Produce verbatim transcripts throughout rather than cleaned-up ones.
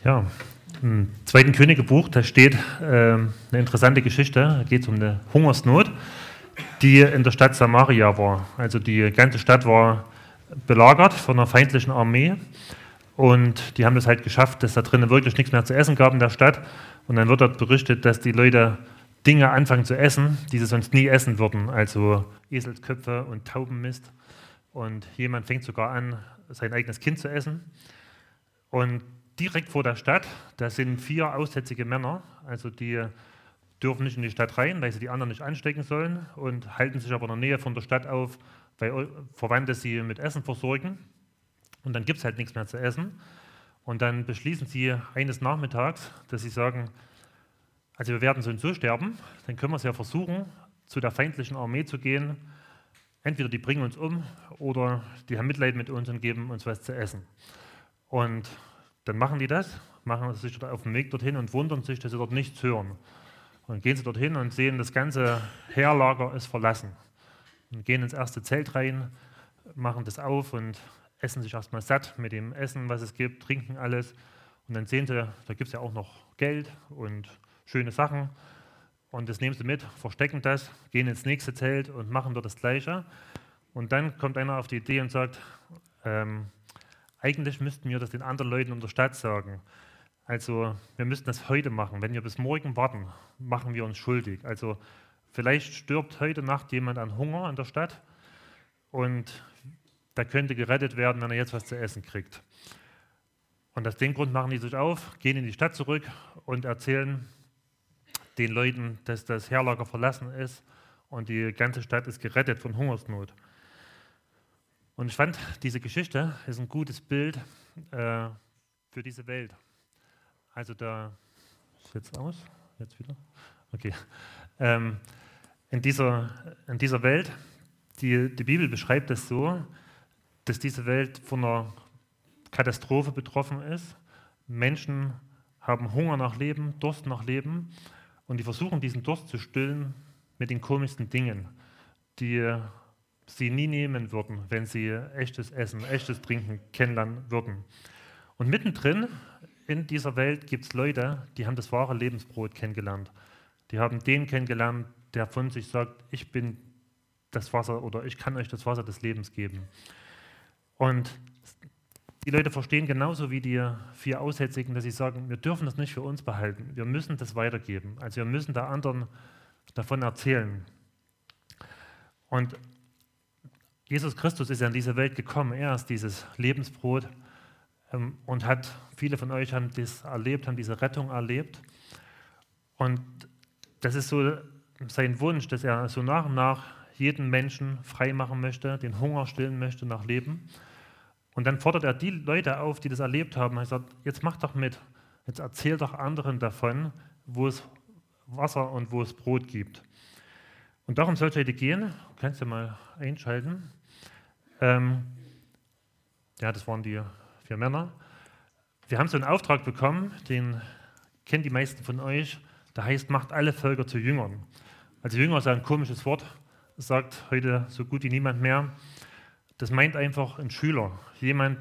Ja, im zweiten Königebuch, da steht äh, eine interessante Geschichte. Da geht es um eine Hungersnot, die in der Stadt Samaria war. Also die ganze Stadt war belagert von einer feindlichen Armee und die haben es halt geschafft, dass da drinnen wirklich nichts mehr zu essen gab in der Stadt. Und dann wird dort berichtet, dass die Leute Dinge anfangen zu essen, die sie sonst nie essen würden. Also Eselsköpfe und Taubenmist. Und jemand fängt sogar an, sein eigenes Kind zu essen. Und direkt vor der Stadt, da sind vier aussätzige Männer, also die dürfen nicht in die Stadt rein, weil sie die anderen nicht anstecken sollen und halten sich aber in der Nähe von der Stadt auf, weil Verwandte sie mit Essen versorgen. Und dann gibt es halt nichts mehr zu essen. Und dann beschließen sie eines Nachmittags, dass sie sagen, also wir werden so und so sterben, dann können wir es ja versuchen, zu der feindlichen Armee zu gehen. Entweder die bringen uns um oder die haben Mitleid mit uns und geben uns was zu essen. Und dann machen die das, machen sich dort auf den Weg dorthin und wundern sich, dass sie dort nichts hören. Und dann gehen sie dorthin und sehen, das ganze Heerlager ist verlassen. Und gehen ins erste Zelt rein, machen das auf und essen sich erstmal satt mit dem Essen, was es gibt, trinken alles. Und dann sehen sie, da gibt es ja auch noch Geld und schöne Sachen. Und das nehmen sie mit, verstecken das, gehen ins nächste Zelt und machen dort das Gleiche. Und dann kommt einer auf die Idee und sagt, ähm, eigentlich müssten wir das den anderen Leuten in der Stadt sagen. Also wir müssten das heute machen. Wenn wir bis morgen warten, machen wir uns schuldig. Also vielleicht stirbt heute Nacht jemand an Hunger in der Stadt und da könnte gerettet werden, wenn er jetzt was zu essen kriegt. Und aus dem Grund machen die sich auf, gehen in die Stadt zurück und erzählen den Leuten, dass das Heerlager verlassen ist und die ganze Stadt ist gerettet von Hungersnot. Und ich fand, diese Geschichte ist ein gutes Bild äh, für diese Welt. Also da, ist jetzt aus, jetzt wieder, okay. Ähm, in, dieser, in dieser Welt, die, die Bibel beschreibt es so, dass diese Welt von einer Katastrophe betroffen ist. Menschen haben Hunger nach Leben, Durst nach Leben und die versuchen, diesen Durst zu stillen mit den komischsten Dingen, die sie nie nehmen würden, wenn sie echtes Essen, echtes Trinken kennenlernen würden. Und mittendrin in dieser Welt gibt es Leute, die haben das wahre Lebensbrot kennengelernt. Die haben den kennengelernt, der von sich sagt, ich bin das Wasser oder ich kann euch das Wasser des Lebens geben. Und die Leute verstehen genauso wie die vier Aussätzigen, dass sie sagen, wir dürfen das nicht für uns behalten, wir müssen das weitergeben. Also wir müssen der anderen davon erzählen. Und Jesus Christus ist ja in diese Welt gekommen, er ist dieses Lebensbrot ähm, und hat, viele von euch haben das erlebt, haben diese Rettung erlebt. Und das ist so sein Wunsch, dass er so nach und nach jeden Menschen frei machen möchte, den Hunger stillen möchte nach Leben. Und dann fordert er die Leute auf, die das erlebt haben, er sagt, jetzt macht doch mit, jetzt erzählt doch anderen davon, wo es Wasser und wo es Brot gibt. Und darum soll es heute gehen, du kannst ja mal einschalten. Ähm, ja, das waren die vier Männer. Wir haben so einen Auftrag bekommen, den kennen die meisten von euch, der heißt, macht alle Völker zu Jüngern. Also Jünger ist ein komisches Wort, das sagt heute so gut wie niemand mehr. Das meint einfach ein Schüler, jemand,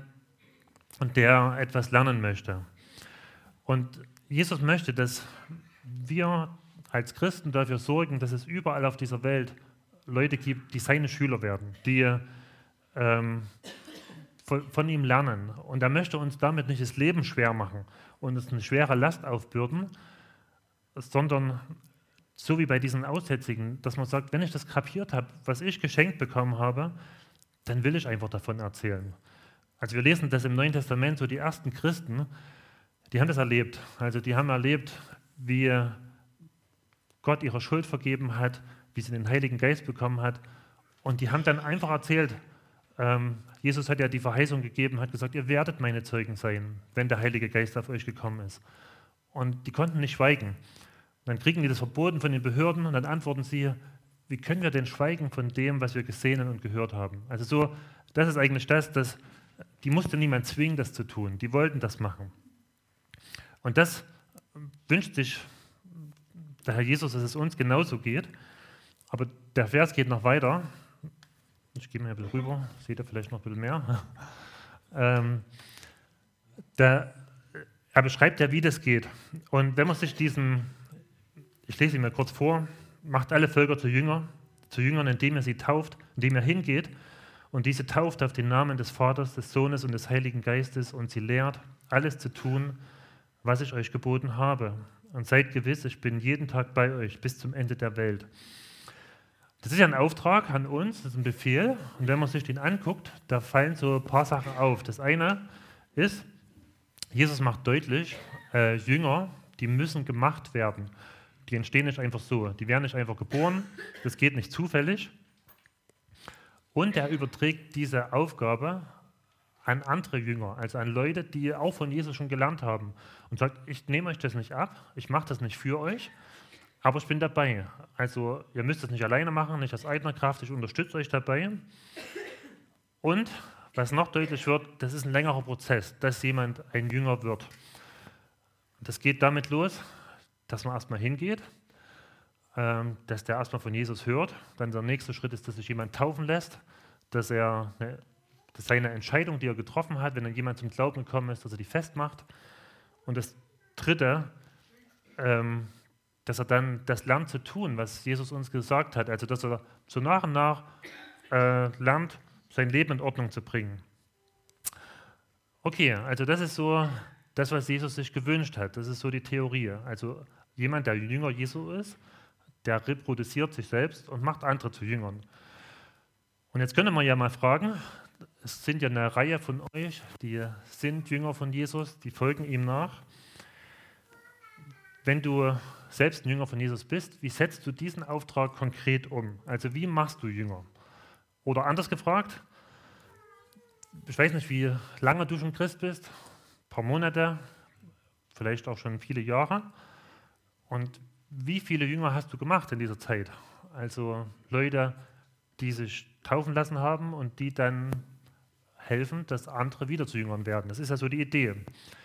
der etwas lernen möchte. Und Jesus möchte, dass wir als Christen dafür sorgen, dass es überall auf dieser Welt Leute gibt, die seine Schüler werden, die ähm, von, von ihm lernen. Und er möchte uns damit nicht das Leben schwer machen und uns eine schwere Last aufbürden, sondern so wie bei diesen Aussätzigen, dass man sagt, wenn ich das kapiert habe, was ich geschenkt bekommen habe, dann will ich einfach davon erzählen. Also wir lesen das im Neuen Testament, so die ersten Christen, die haben das erlebt. Also die haben erlebt, wie Gott ihre Schuld vergeben hat, wie sie den Heiligen Geist bekommen hat. Und die haben dann einfach erzählt, ähm, Jesus hat ja die Verheißung gegeben, hat gesagt, ihr werdet meine Zeugen sein, wenn der Heilige Geist auf euch gekommen ist. Und die konnten nicht schweigen. Und dann kriegen die das verboten von den Behörden und dann antworten sie, wie können wir denn schweigen von dem, was wir gesehen und gehört haben? Also so, das ist eigentlich das, das, die musste niemand zwingen, das zu tun. Die wollten das machen. Und das wünscht sich der Herr Jesus, dass es uns genauso geht. Aber der Vers geht noch weiter. Ich gehe mal ein bisschen rüber, seht ihr vielleicht noch ein bisschen mehr. ähm, der, er beschreibt ja, wie das geht. Und wenn man sich diesen, ich lese ihn mal kurz vor, macht alle Völker zu Jünger, zu Jüngern, indem ihr sie tauft, indem ihr hingeht und diese tauft auf den Namen des Vaters, des Sohnes und des Heiligen Geistes und sie lehrt, alles zu tun, was ich euch geboten habe. Und seid gewiss, ich bin jeden Tag bei euch bis zum Ende der Welt. Das ist ja ein Auftrag an uns, das ist ein Befehl. Und wenn man sich den anguckt, da fallen so ein paar Sachen auf. Das eine ist, Jesus macht deutlich, äh, Jünger, die müssen gemacht werden. Die entstehen nicht einfach so. Die werden nicht einfach geboren. Das geht nicht zufällig. Und er überträgt diese Aufgabe an andere Jünger, also an Leute, die auch von Jesus schon gelernt haben. Und sagt, ich nehme euch das nicht ab, ich mache das nicht für euch, aber ich bin dabei. Also ihr müsst es nicht alleine machen, nicht aus eigener Kraft, ich unterstütze euch dabei. Und was noch deutlich wird, das ist ein längerer Prozess, dass jemand ein Jünger wird. Das geht damit los, dass man erstmal hingeht, ähm, dass der erstmal von Jesus hört. Dann der nächste Schritt ist, dass sich jemand taufen lässt, dass er eine, dass seine Entscheidung, die er getroffen hat, wenn dann jemand zum Glauben gekommen ist, dass er die festmacht. Und das Dritte, ähm, dass er dann das lernt zu tun, was Jesus uns gesagt hat. Also dass er so nach und nach äh, lernt, sein Leben in Ordnung zu bringen. Okay, also das ist so das, was Jesus sich gewünscht hat. Das ist so die Theorie. Also jemand, der Jünger Jesu ist, der reproduziert sich selbst und macht andere zu Jüngern. Und jetzt könnte man ja mal fragen, es sind ja eine Reihe von euch, die sind Jünger von Jesus, die folgen ihm nach. Wenn du selbst ein Jünger von Jesus bist, wie setzt du diesen Auftrag konkret um? Also wie machst du Jünger? Oder anders gefragt, ich weiß nicht, wie lange du schon Christ bist, ein paar Monate, vielleicht auch schon viele Jahre. Und wie viele Jünger hast du gemacht in dieser Zeit? Also Leute, die sich taufen lassen haben und die dann helfen, dass andere wieder zu Jüngern werden. Das ist ja so die Idee.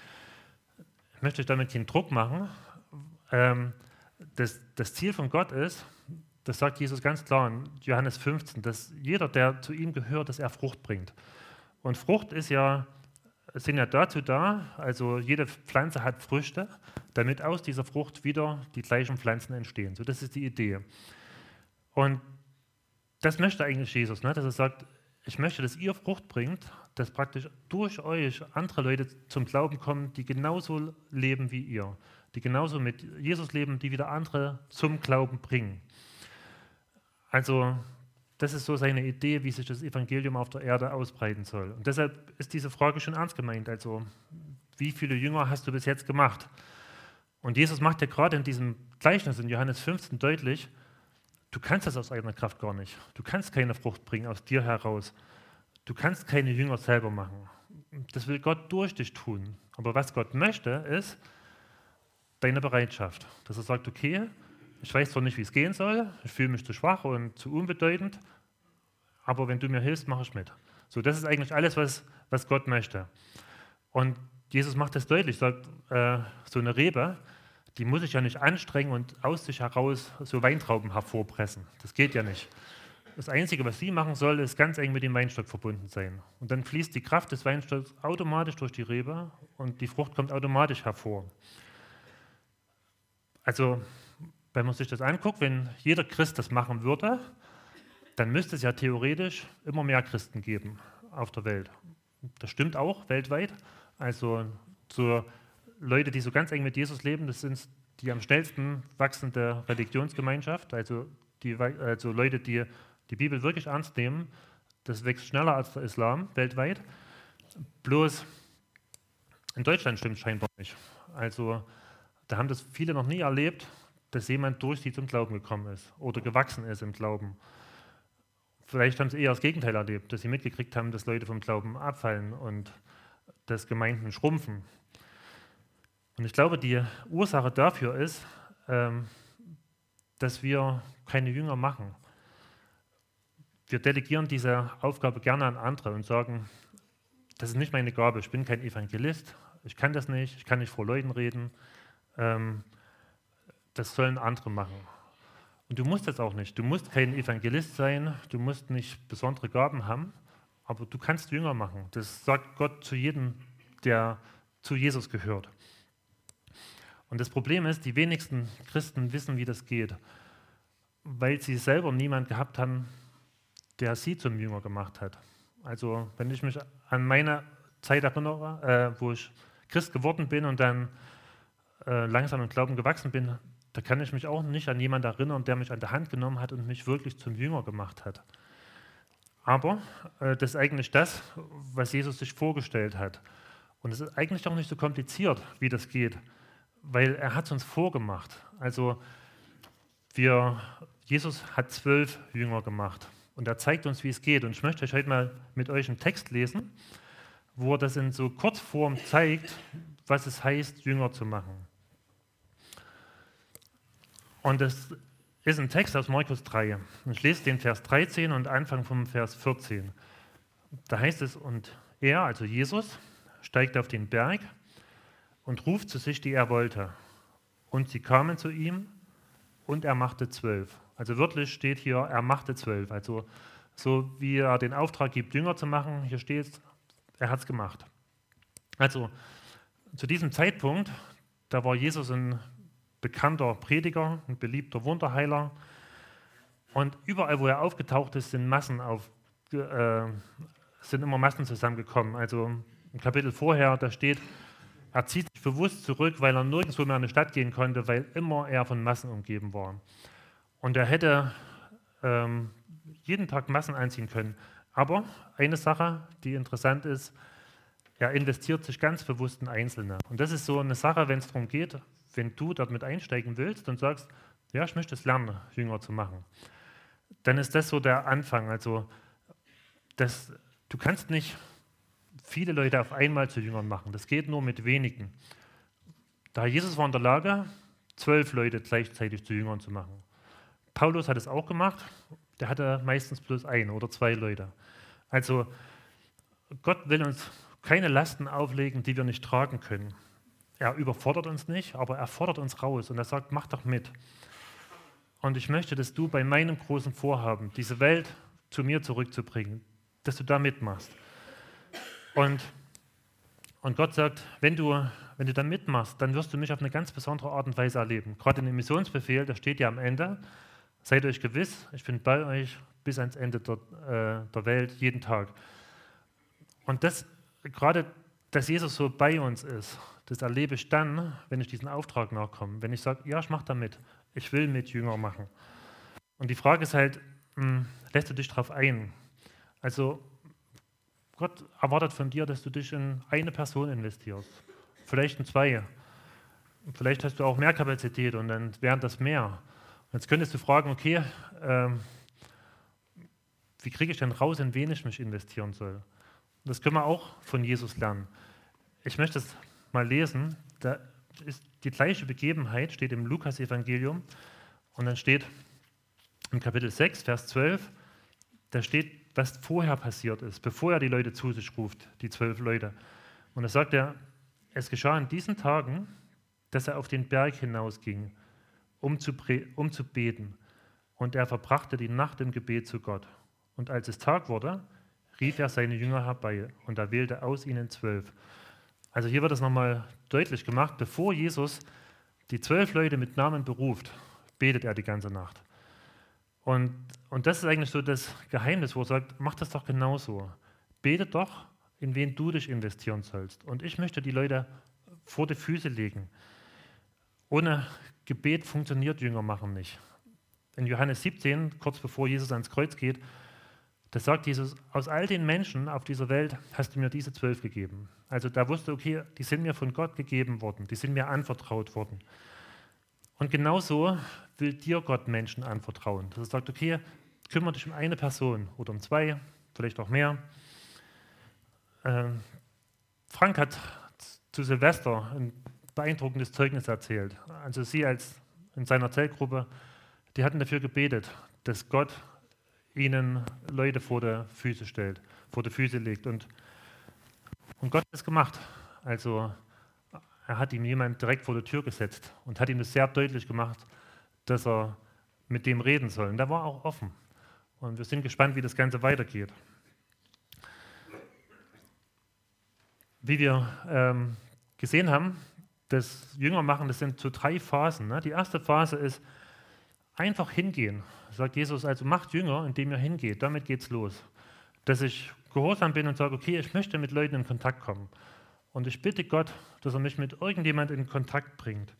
Ich möchte euch damit keinen Druck machen. Ähm, das, das Ziel von Gott ist, das sagt Jesus ganz klar in Johannes fünfzehn, dass jeder, der zu ihm gehört, dass er Frucht bringt. Und Frucht ist ja, sind ja dazu da, also jede Pflanze hat Früchte, damit aus dieser Frucht wieder die gleichen Pflanzen entstehen. So, das ist die Idee. Und das möchte eigentlich Jesus, ne? Dass er sagt, ich möchte, dass ihr Frucht bringt, dass praktisch durch euch andere Leute zum Glauben kommen, die genauso leben wie ihr, die genauso mit Jesus leben, die wieder andere zum Glauben bringen. Also das ist so seine Idee, wie sich das Evangelium auf der Erde ausbreiten soll. Und deshalb ist diese Frage schon ernst gemeint. Also wie viele Jünger hast du bis jetzt gemacht? Und Jesus macht ja gerade in diesem Gleichnis in Johannes fünfzehn deutlich, du kannst das aus eigener Kraft gar nicht. Du kannst keine Frucht bringen aus dir heraus. Du kannst keine Jünger selber machen. Das will Gott durch dich tun. Aber was Gott möchte, ist deine Bereitschaft. Dass er sagt, okay, ich weiß zwar nicht, wie es gehen soll, ich fühle mich zu schwach und zu unbedeutend, aber wenn du mir hilfst, mache ich mit. So, das ist eigentlich alles, was, was Gott möchte. Und Jesus macht das deutlich, sagt, äh, so eine Rebe, die muss sich ja nicht anstrengen und aus sich heraus so Weintrauben hervorpressen. Das geht ja nicht. Das Einzige, was sie machen soll, ist ganz eng mit dem Weinstock verbunden sein. Und dann fließt die Kraft des Weinstocks automatisch durch die Rebe und die Frucht kommt automatisch hervor. Also, wenn man sich das anguckt, wenn jeder Christ das machen würde, dann müsste es ja theoretisch immer mehr Christen geben auf der Welt. Das stimmt auch weltweit. Also so Leute, die so ganz eng mit Jesus leben, das sind die am schnellsten wachsende Religionsgemeinschaft. Also, die, also Leute, die die Bibel wirklich ernst nehmen, das wächst schneller als der Islam weltweit. Bloß in Deutschland stimmt es scheinbar nicht. Also da haben das viele noch nie erlebt, dass jemand durch sie zum Glauben gekommen ist oder gewachsen ist im Glauben. Vielleicht haben sie eher das Gegenteil erlebt, dass sie mitgekriegt haben, dass Leute vom Glauben abfallen und dass Gemeinden schrumpfen. Und ich glaube, die Ursache dafür ist, ähm, dass wir keine Jünger machen. Wir delegieren diese Aufgabe gerne an andere und sagen, das ist nicht meine Gabe, ich bin kein Evangelist, ich kann das nicht, ich kann nicht vor Leuten reden, ähm, das sollen andere machen. Und du musst das auch nicht, du musst kein Evangelist sein, du musst nicht besondere Gaben haben, aber du kannst Jünger machen. Das sagt Gott zu jedem, der zu Jesus gehört. Und das Problem ist, die wenigsten Christen wissen, wie das geht, weil sie selber niemand gehabt haben, der sie zum Jünger gemacht hat. Also wenn ich mich an meine Zeit erinnere, äh, wo ich Christ geworden bin und dann äh, langsam im Glauben gewachsen bin, da kann ich mich auch nicht an jemanden erinnern, der mich an der Hand genommen hat und mich wirklich zum Jünger gemacht hat. Aber äh, das ist eigentlich das, was Jesus sich vorgestellt hat. Und es ist eigentlich auch nicht so kompliziert, wie das geht, weil er hat es uns vorgemacht. Also wir, Jesus hat zwölf Jünger gemacht und er zeigt uns, wie es geht. Und ich möchte euch heute mal mit euch einen Text lesen, wo er das in so Kurzform zeigt, was es heißt, Jünger zu machen. Und das ist ein Text aus Markus drei. Ich lese den Vers dreizehn und Anfang vom Vers vierzehn. Da heißt es, und er, also Jesus, steigt auf den Berg und ruft zu sich, die er wollte. Und sie kamen zu ihm und er machte zwölf. Also wörtlich steht hier, er machte zwölf. Also so wie er den Auftrag gibt, Jünger zu machen, hier steht es, er hat es gemacht. Also zu diesem Zeitpunkt, da war Jesus ein bekannter Prediger, ein beliebter Wunderheiler. Und überall, wo er aufgetaucht ist, sind Massen auf, äh, sind immer Massen zusammengekommen. Also im Kapitel vorher, da steht, er zieht sich bewusst zurück, weil er nirgendwo mehr in eine Stadt gehen konnte, weil immer er von Massen umgeben war. Und er hätte ähm, jeden Tag Massen anziehen können. Aber eine Sache, die interessant ist, er investiert sich ganz bewusst in Einzelne. Und das ist so eine Sache, wenn es darum geht, wenn du dort mit einsteigen willst und sagst, ja, ich möchte es lernen, Jünger zu machen, dann ist das so der Anfang. Also das, du kannst nicht viele Leute auf einmal zu Jüngern machen. Das geht nur mit wenigen. Da Jesus war in der Lage, zwölf Leute gleichzeitig zu Jüngern zu machen. Paulus hat es auch gemacht. Der hatte meistens bloß ein oder zwei Leute. Also Gott will uns keine Lasten auflegen, die wir nicht tragen können. Er überfordert uns nicht, aber er fordert uns raus und er sagt, mach doch mit. Und ich möchte, dass du bei meinem großen Vorhaben, diese Welt zu mir zurückzubringen, dass du da mitmachst. Und, und Gott sagt, wenn du, wenn du da mitmachst, dann wirst du mich auf eine ganz besondere Art und Weise erleben. Gerade in dem Missionsbefehl, da steht ja am Ende, seid euch gewiss, ich bin bei euch bis ans Ende der, äh, der Welt, jeden Tag. Und das, gerade, dass Jesus so bei uns ist, das erlebe ich dann, wenn ich diesen Auftrag nachkomme. Wenn ich sage, ja, ich mache da mit, ich will mit Jünger machen. Und die Frage ist halt, mh, lässt du dich darauf ein? Also Gott erwartet von dir, dass du dich in eine Person investierst, vielleicht in zwei. Vielleicht hast du auch mehr Kapazität und dann wären das mehr. Und jetzt könntest du fragen, okay, ähm, wie kriege ich denn raus, in wen ich mich investieren soll? Das können wir auch von Jesus lernen. Ich möchte es mal lesen. Da ist die gleiche Begebenheit, steht im Lukas-Evangelium. Und dann steht im Kapitel sechs, Vers zwölf, da steht, was vorher passiert ist, bevor er die Leute zu sich ruft, die zwölf Leute. Und da sagt er, es geschah in diesen Tagen, dass er auf den Berg hinausging, um zu, um zu beten. Und er verbrachte die Nacht im Gebet zu Gott. Und als es Tag wurde, rief er seine Jünger herbei und er wählte aus ihnen zwölf. Also hier wird es nochmal deutlich gemacht, bevor Jesus die zwölf Leute mit Namen beruft, betet er die ganze Nacht. Und, und das ist eigentlich so das Geheimnis, wo er sagt, mach das doch genauso. Bete doch, in wen du dich investieren sollst. Und ich möchte die Leute vor die Füße legen. Ohne Gebet funktioniert Jünger machen nicht. In Johannes siebzehn, kurz bevor Jesus ans Kreuz geht, da sagt Jesus, aus all den Menschen auf dieser Welt hast du mir diese zwölf gegeben. Also da wusste, okay, die sind mir von Gott gegeben worden, die sind mir anvertraut worden. Und genauso will dir Gott Menschen anvertrauen. Dass er sagt, okay, kümmere dich um eine Person oder um zwei, vielleicht auch mehr. Ähm, Frank hat zu Silvester ein beeindruckendes Zeugnis erzählt. Also sie als in seiner Zellgruppe, die hatten dafür gebetet, dass Gott ihnen Leute vor die Füße stellt, vor die Füße legt. Und, und Gott hat es gemacht. Also er hat ihm jemand direkt vor die Tür gesetzt und hat ihm das sehr deutlich gemacht, dass er mit dem reden soll. Und da war auch offen. Und wir sind gespannt, wie das Ganze weitergeht. Wie wir ähm, gesehen haben, das Jüngermachen, das sind so drei Phasen. Ne? Die erste Phase ist einfach hingehen. Sagt Jesus, also macht Jünger, indem ihr hingeht. Damit geht's los. Dass ich gehorsam bin und sage, okay, ich möchte mit Leuten in Kontakt kommen. Und ich bitte Gott, dass er mich mit irgendjemand in Kontakt bringt.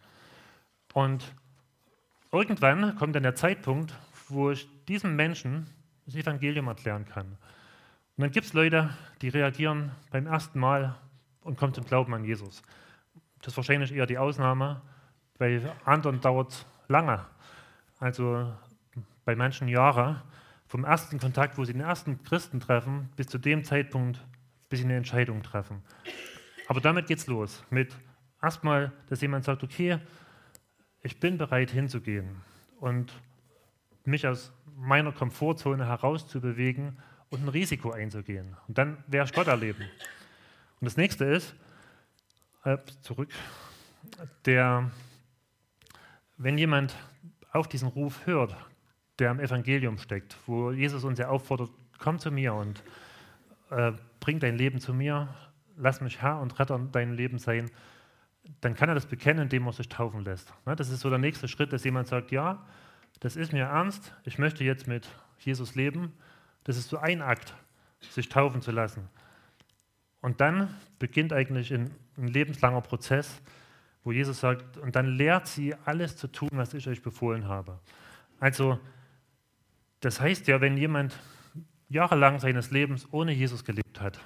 Und irgendwann kommt dann der Zeitpunkt, wo ich diesem Menschen das Evangelium erklären kann. Und dann gibt es Leute, die reagieren beim ersten Mal und kommen zum Glauben an Jesus. Das ist wahrscheinlich eher die Ausnahme. Bei anderen dauert es lange. Also bei manchen Jahre, vom ersten Kontakt, wo sie den ersten Christen treffen, bis zu dem Zeitpunkt, bis sie eine Entscheidung treffen. Aber damit geht es los. Mit erstmal, dass jemand sagt, okay, ich bin bereit hinzugehen und mich aus meiner Komfortzone herauszubewegen und ein Risiko einzugehen. Und dann werde ich Gott erleben. Und das nächste ist, äh, zurück, der, wenn jemand auf diesen Ruf hört, der im Evangelium steckt, wo Jesus uns ja auffordert, komm zu mir und äh, bring dein Leben zu mir, lass mich Herr und Retter dein Leben sein, dann kann er das bekennen, indem er sich taufen lässt. Ne, das ist so der nächste Schritt, dass jemand sagt, ja, das ist mir ernst, ich möchte jetzt mit Jesus leben. Das ist so ein Akt, sich taufen zu lassen. Und dann beginnt eigentlich ein, ein lebenslanger Prozess, wo Jesus sagt, und dann lehrt sie alles zu tun, was ich euch befohlen habe. Also, das heißt ja, wenn jemand jahrelang seines Lebens ohne Jesus gelebt hat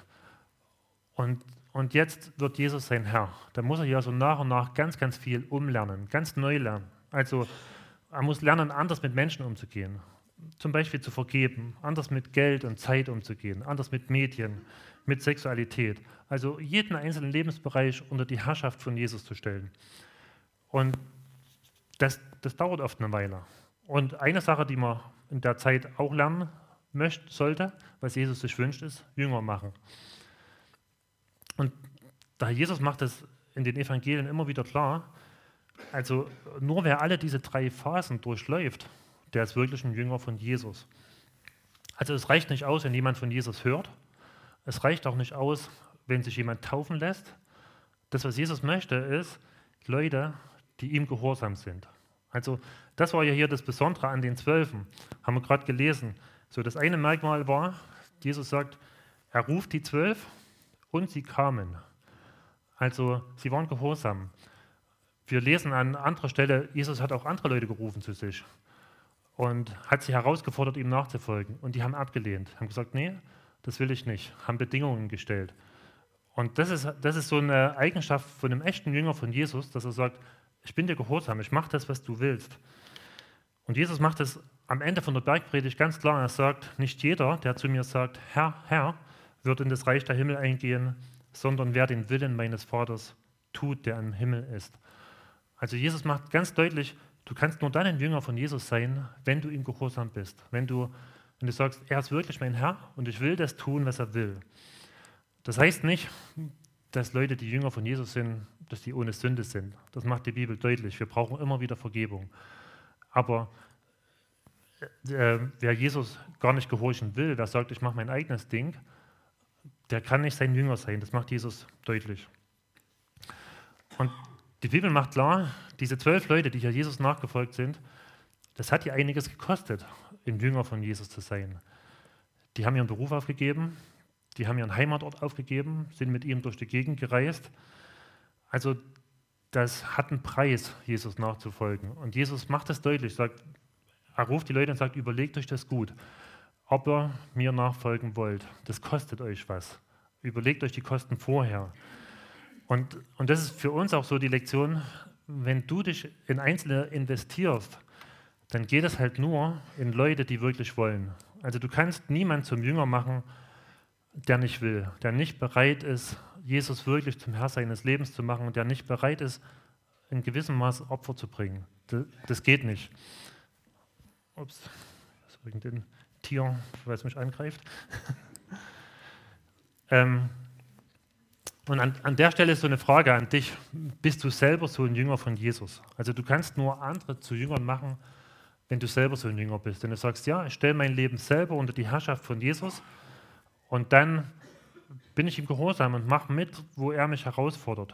und, und jetzt wird Jesus sein Herr, dann muss er ja so nach und nach ganz, ganz viel umlernen, ganz neu lernen. Also, er muss lernen, anders mit Menschen umzugehen. Zum Beispiel zu vergeben, anders mit Geld und Zeit umzugehen, anders mit Medien, mit Sexualität. Also jeden einzelnen Lebensbereich unter die Herrschaft von Jesus zu stellen. Und das, das dauert oft eine Weile. Und eine Sache, die man in der Zeit auch lernen möchte, sollte, was Jesus sich wünscht, ist Jünger machen. Und da Jesus macht es in den Evangelien immer wieder klar, also nur wer alle diese drei Phasen durchläuft, der ist wirklich ein Jünger von Jesus. Also es reicht nicht aus, wenn jemand von Jesus hört. Es reicht auch nicht aus, wenn sich jemand taufen lässt. Das, was Jesus möchte, ist Leute, die ihm gehorsam sind. Also das war ja hier das Besondere an den Zwölfen, haben wir gerade gelesen. So, das eine Merkmal war, Jesus sagt, er ruft die Zwölf und sie kamen. Also sie waren gehorsam. Wir lesen an anderer Stelle, Jesus hat auch andere Leute gerufen zu sich und hat sie herausgefordert, ihm nachzufolgen. Und die haben abgelehnt, haben gesagt, nee, das will ich nicht, haben Bedingungen gestellt. Und das ist, das ist so eine Eigenschaft von einem echten Jünger von Jesus, dass er sagt, ich bin dir gehorsam, ich mache das, was du willst. Und Jesus macht es am Ende von der Bergpredigt ganz klar. Er sagt, nicht jeder, der zu mir sagt, Herr, Herr, wird in das Reich der Himmel eingehen, sondern wer den Willen meines Vaters tut, der im Himmel ist. Also Jesus macht ganz deutlich, du kannst nur dann ein Jünger von Jesus sein, wenn du ihm gehorsam bist. Wenn du, wenn du sagst, er ist wirklich mein Herr und ich will das tun, was er will. Das heißt nicht, dass Leute, die Jünger von Jesus sind, dass die ohne Sünde sind. Das macht die Bibel deutlich. Wir brauchen immer wieder Vergebung. Aber äh, wer Jesus gar nicht gehorchen will, wer sagt, ich mache mein eigenes Ding, der kann nicht sein Jünger sein. Das macht Jesus deutlich. Und die Bibel macht klar, diese zwölf Leute, die hier Jesus nachgefolgt sind, das hat ihr einiges gekostet, ein Jünger von Jesus zu sein. Die haben ihren Beruf aufgegeben, die haben ihren Heimatort aufgegeben, sind mit ihm durch die Gegend gereist. Also das hat einen Preis, Jesus nachzufolgen. Und Jesus macht das deutlich, sagt, er ruft die Leute und sagt, überlegt euch das gut, ob ihr mir nachfolgen wollt. Das kostet euch was. Überlegt euch die Kosten vorher. Und, und das ist für uns auch so die Lektion, wenn du dich in Einzelne investierst, dann geht es halt nur in Leute, die wirklich wollen. Also du kannst niemanden zum Jünger machen, der nicht will, der nicht bereit ist, Jesus wirklich zum Herr seines Lebens zu machen, der nicht bereit ist, in gewissem Maß Opfer zu bringen. Das, das geht nicht. Ups, das ist irgendein Tier, was mich angreift. ähm, Und an, an der Stelle ist so eine Frage an dich, bist du selber so ein Jünger von Jesus? Also du kannst nur andere zu Jüngern machen, wenn du selber so ein Jünger bist. Wenn du sagst, ja, ich stelle mein Leben selber unter die Herrschaft von Jesus und dann bin ich ihm gehorsam und mache mit, wo er mich herausfordert.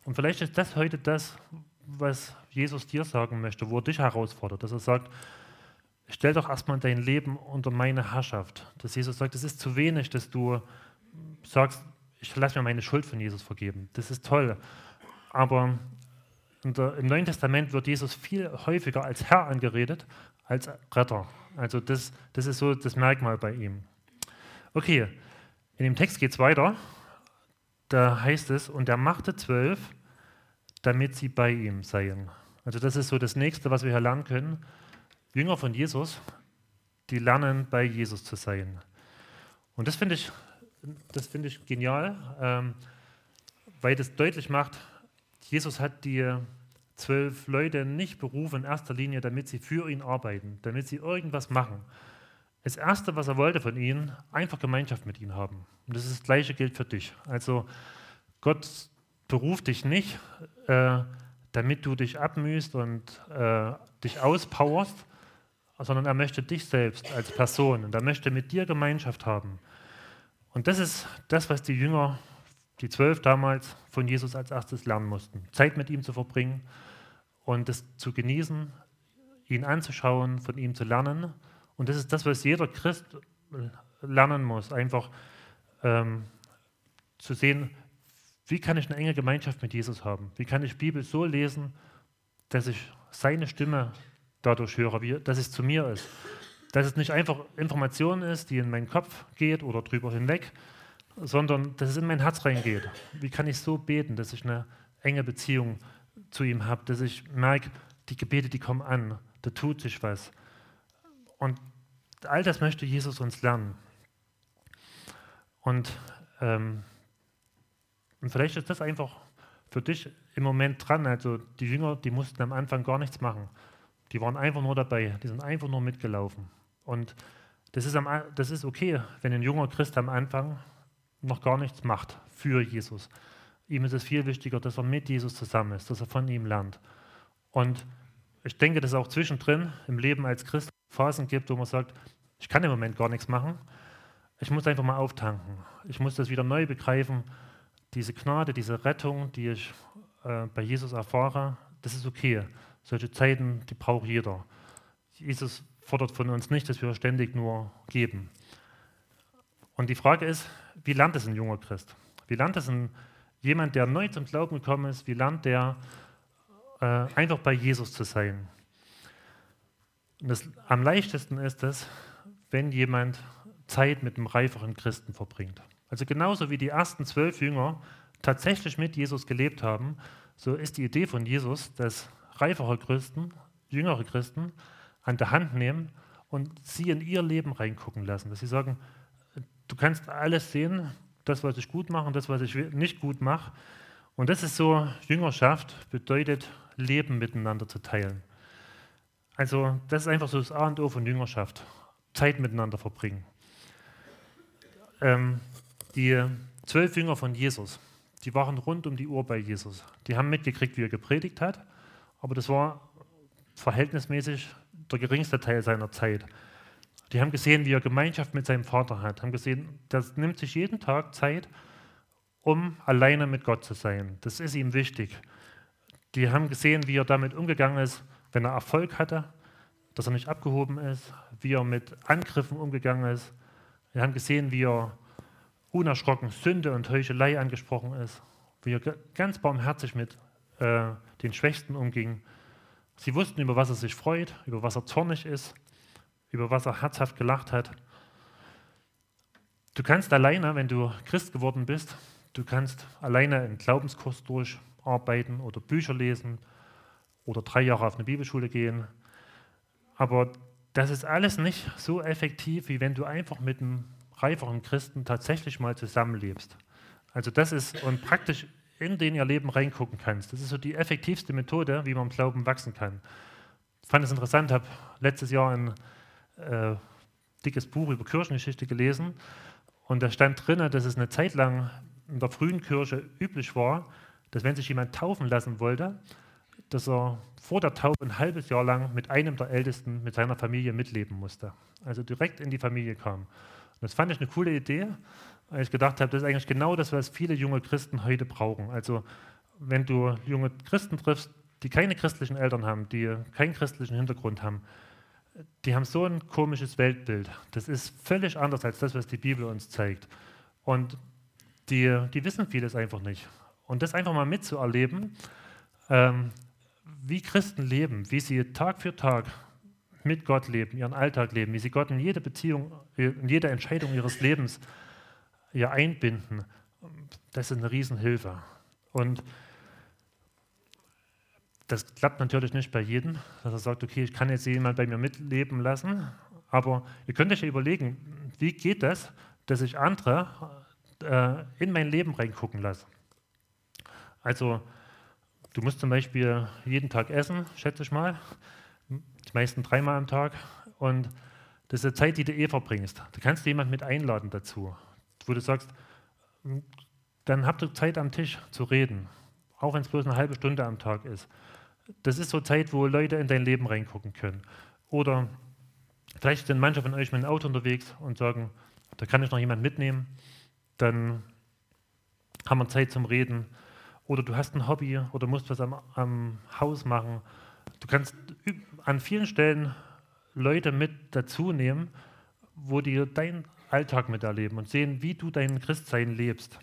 Und vielleicht ist das heute das, was Jesus dir sagen möchte, wo er dich herausfordert, dass er sagt, stell doch erstmal dein Leben unter meine Herrschaft. Dass Jesus sagt, es ist zu wenig, dass du sagst, ich lasse mir meine Schuld von Jesus vergeben. Das ist toll. Aber in der, im Neuen Testament wird Jesus viel häufiger als Herr angeredet, als Retter. Also das, das ist so das Merkmal bei ihm. Okay, in dem Text geht es weiter. Da heißt es, und er machte zwölf, damit sie bei ihm seien. Also das ist so das Nächste, was wir hier lernen können. Jünger von Jesus, die lernen, bei Jesus zu sein. Und das finde ich, das finde ich genial, ähm, weil das deutlich macht, Jesus hat die zwölf Leute nicht berufen in erster Linie, damit sie für ihn arbeiten, damit sie irgendwas machen. Das Erste, was er wollte von ihnen, einfach Gemeinschaft mit ihnen haben. Und das, ist das Gleiche gilt für dich. Also Gott beruft dich nicht, äh, damit du dich abmühst und äh, dich auspowerst, sondern er möchte dich selbst als Person und er möchte mit dir Gemeinschaft haben. Und das ist das, was die Jünger, die zwölf damals, von Jesus als erstes lernen mussten. Zeit mit ihm zu verbringen und es zu genießen, ihn anzuschauen, von ihm zu lernen. Und das ist das, was jeder Christ lernen muss, einfach ähm, zu sehen, wie kann ich eine enge Gemeinschaft mit Jesus haben? Wie kann ich Bibel so lesen, dass ich seine Stimme dadurch höre, wie, dass es zu mir ist. Dass es nicht einfach Information ist, die in meinen Kopf geht oder drüber hinweg, sondern dass es in mein Herz reingeht. Wie kann ich so beten, dass ich eine enge Beziehung zu ihm habe, dass ich merke, die Gebete, die kommen an, da tut sich was. Und all das möchte Jesus uns lernen. Und, ähm, und vielleicht ist das einfach für dich im Moment dran. Also die Jünger, die mussten am Anfang gar nichts machen. Die waren einfach nur dabei, die sind einfach nur mitgelaufen. Und das ist, am, das ist okay, wenn ein junger Christ am Anfang noch gar nichts macht für Jesus. Ihm ist es viel wichtiger, dass er mit Jesus zusammen ist, dass er von ihm lernt. Und ich denke, dass es auch zwischendrin im Leben als Christ Phasen gibt, wo man sagt, ich kann im Moment gar nichts machen, ich muss einfach mal auftanken. Ich muss das wieder neu begreifen. Diese Gnade, diese Rettung, die ich äh, bei Jesus erfahre, das ist okay. Solche Zeiten, die braucht jeder. Jesus fordert von uns nicht, dass wir ständig nur geben. Und die Frage ist, wie lernt es ein junger Christ? Wie lernt es ein, jemand, der neu zum Glauben gekommen ist, wie lernt der äh, einfach bei Jesus zu sein? Und das, am leichtesten ist es, wenn jemand Zeit mit einem reiferen Christen verbringt. Also genauso wie die ersten zwölf Jünger tatsächlich mit Jesus gelebt haben, so ist die Idee von Jesus, dass reifere Christen, jüngere Christen an der Hand nehmen und sie in ihr Leben reingucken lassen. Dass sie sagen, du kannst alles sehen, das, was ich gut mache und das, was ich nicht gut mache. Und das ist so, Jüngerschaft bedeutet, Leben miteinander zu teilen. Also das ist einfach so das A und O von Jüngerschaft. Zeit miteinander verbringen. Ähm, die zwölf Jünger von Jesus, die waren rund um die Uhr bei Jesus. Die haben mitgekriegt, wie er gepredigt hat, aber das war verhältnismäßig der geringste Teil seiner Zeit. Die haben gesehen, wie er Gemeinschaft mit seinem Vater hat, haben gesehen, das nimmt sich jeden Tag Zeit, um alleine mit Gott zu sein. Das ist ihm wichtig. Die haben gesehen, wie er damit umgegangen ist, wenn er Erfolg hatte, dass er nicht abgehoben ist, wie er mit Angriffen umgegangen ist. Wir haben gesehen, wie er unerschrocken Sünde und Heuchelei angesprochen ist, wie er ganz barmherzig mit äh, den Schwächsten umging. Sie wussten, über was er sich freut, über was er zornig ist, über was er herzhaft gelacht hat. Du kannst alleine, wenn du Christ geworden bist, du kannst alleine einen Glaubenskurs durcharbeiten oder Bücher lesen oder drei Jahre auf eine Bibelschule gehen. Aber das ist alles nicht so effektiv, wie wenn du einfach mit einem reiferen Christen tatsächlich mal zusammenlebst. Also das ist, und praktisch in den ihr Leben reingucken kannst. Das ist so die effektivste Methode, wie man im Glauben wachsen kann. Ich fand es interessant, habe letztes Jahr ein äh, dickes Buch über Kirchengeschichte gelesen und da stand drin, dass es eine Zeit lang in der frühen Kirche üblich war, dass wenn sich jemand taufen lassen wollte, dass er vor der Taufe ein halbes Jahr lang mit einem der Ältesten, mit seiner Familie mitleben musste. Also direkt in die Familie kam. Und das fand ich eine coole Idee, weil ich gedacht habe, das ist eigentlich genau das, was viele junge Christen heute brauchen. Also wenn du junge Christen triffst, die keine christlichen Eltern haben, die keinen christlichen Hintergrund haben, die haben so ein komisches Weltbild. Das ist völlig anders als das, was die Bibel uns zeigt. Und die, die wissen vieles einfach nicht. Und das einfach mal mitzuerleben, ähm, wie Christen leben, wie sie Tag für Tag mit Gott leben, ihren Alltag leben, wie sie Gott in jede Beziehung, in jede Entscheidung ihres Lebens ja, einbinden, das ist eine Riesenhilfe. Und das klappt natürlich nicht bei jedem, dass er sagt, okay, ich kann jetzt jemand bei mir mitleben lassen, aber ihr könnt euch ja überlegen, wie geht das, dass ich andere äh, in mein Leben reingucken lasse. Also du musst zum Beispiel jeden Tag essen, schätze ich mal, die meisten dreimal am Tag, und das ist eine Zeit, die du eh verbringst. Da kannst du jemanden mit einladen dazu, wo du sagst, dann habt ihr Zeit am Tisch zu reden, auch wenn es bloß eine halbe Stunde am Tag ist. Das ist so Zeit, wo Leute in dein Leben reingucken können. Oder vielleicht sind manche von euch mit dem Auto unterwegs und sagen, da kann ich noch jemanden mitnehmen, dann haben wir Zeit zum Reden. Oder du hast ein Hobby oder musst was am, am Haus machen. Du kannst an vielen Stellen Leute mit dazu nehmen, wo die deinen Alltag miterleben und sehen, wie du dein Christsein lebst.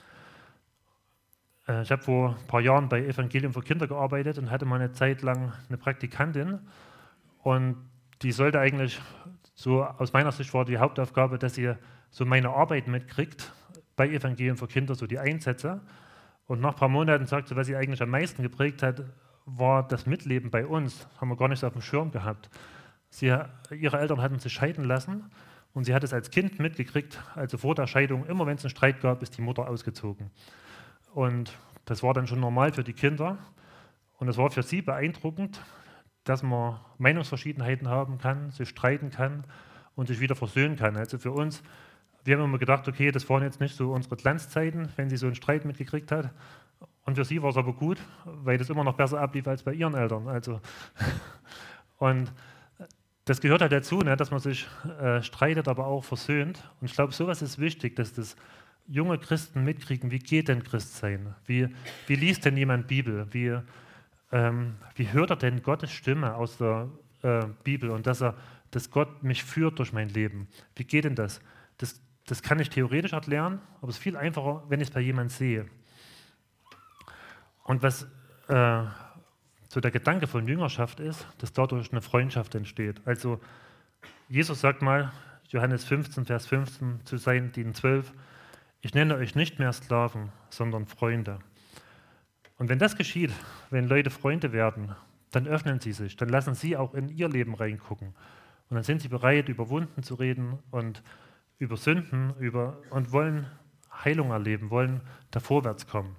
Äh, ich habe vor ein paar Jahren bei Evangelium für Kinder gearbeitet und hatte mal eine Zeit lang eine Praktikantin, und die sollte eigentlich, so aus meiner Sicht war die Hauptaufgabe, dass sie so meine Arbeit mitkriegt bei Evangelium für Kinder, so die Einsätze. Und nach ein paar Monaten sagte sie, was sie eigentlich am meisten geprägt hat, war das Mitleben bei uns. Das haben wir gar nicht so auf dem Schirm gehabt. Sie, ihre Eltern hatten sich scheiden lassen und sie hat es als Kind mitgekriegt, also vor der Scheidung, immer wenn es einen Streit gab, ist die Mutter ausgezogen. Und das war dann schon normal für die Kinder. Und es war für sie beeindruckend, dass man Meinungsverschiedenheiten haben kann, sich streiten kann und sich wieder versöhnen kann. Also für uns, wir haben immer gedacht, okay, das waren jetzt nicht so unsere Glanzzeiten, wenn sie so einen Streit mitgekriegt hat. Und für sie war es aber gut, weil das immer noch besser ablief als bei ihren Eltern. Also und das gehört halt dazu, ne, dass man sich äh, streitet, aber auch versöhnt. Und ich glaube, sowas ist wichtig, dass das junge Christen mitkriegen, wie geht denn Christsein? Wie, wie liest denn jemand Bibel? Wie, ähm, wie hört er denn Gottes Stimme aus der äh, Bibel und dass, er, dass Gott mich führt durch mein Leben? Wie geht denn das? Das, das kann ich theoretisch erlernen, aber es ist viel einfacher, wenn ich es bei jemandem sehe. Und was äh, so der Gedanke von Jüngerschaft ist, dass dadurch eine Freundschaft entsteht. Also Jesus sagt mal, Johannes fünfzehn, Vers fünfzehn, zu seinen den zwölf, ich nenne euch nicht mehr Sklaven, sondern Freunde. Und wenn das geschieht, wenn Leute Freunde werden, dann öffnen sie sich, dann lassen sie auch in ihr Leben reingucken. Und dann sind sie bereit, über Wunden zu reden und über Sünden über, und wollen Heilung erleben, wollen da vorwärts kommen.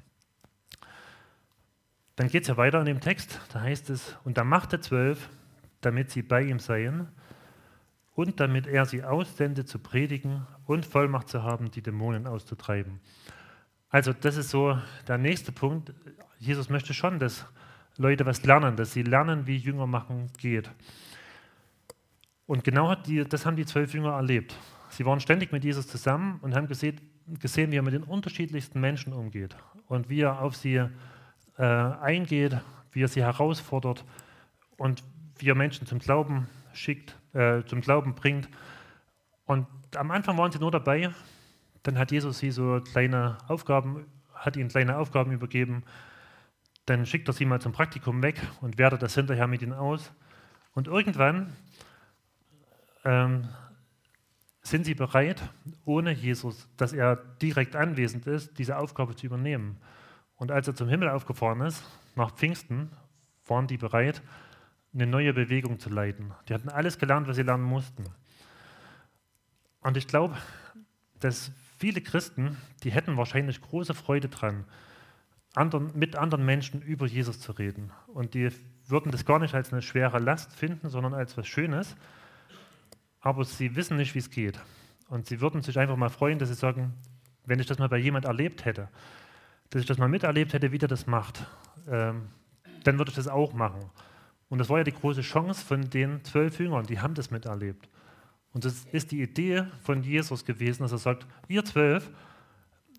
Dann geht es ja weiter in dem Text, da heißt es, und er machte zwölf, damit sie bei ihm seien und damit er sie aussende zu predigen und Vollmacht zu haben, die Dämonen auszutreiben. Also das ist so der nächste Punkt. Jesus möchte schon, dass Leute was lernen, dass sie lernen, wie Jünger machen geht. Und genau hat die, das haben die zwölf Jünger erlebt. Sie waren ständig mit Jesus zusammen und haben gesehen, gesehen, wie er mit den unterschiedlichsten Menschen umgeht und wie er auf sie äh, eingeht, wie er sie herausfordert und wie er Menschen zum Glauben schickt, äh, zum Glauben bringt. Und am Anfang waren sie nur dabei, dann hat Jesus sie so kleine Aufgaben, hat ihnen kleine Aufgaben übergeben, dann schickt er sie mal zum Praktikum weg und wertet das hinterher mit ihnen aus. Und irgendwann ähm, sind sie bereit, ohne Jesus, dass er direkt anwesend ist, diese Aufgabe zu übernehmen. Und als er zum Himmel aufgefahren ist, nach Pfingsten, waren die bereit, eine neue Bewegung zu leiten. Die hatten alles gelernt, was sie lernen mussten. Und ich glaube, dass viele Christen, die hätten wahrscheinlich große Freude dran, anderen, mit anderen Menschen über Jesus zu reden. Und die würden das gar nicht als eine schwere Last finden, sondern als was Schönes. Aber sie wissen nicht, wie es geht. Und sie würden sich einfach mal freuen, dass sie sagen, wenn ich das mal bei jemand erlebt hätte, dass ich das mal miterlebt hätte, wie der das macht, ähm, dann würde ich das auch machen. Und das war ja die große Chance von den zwölf Jüngern, die haben das miterlebt. Und das ist die Idee von Jesus gewesen, dass er sagt, ihr zwölf,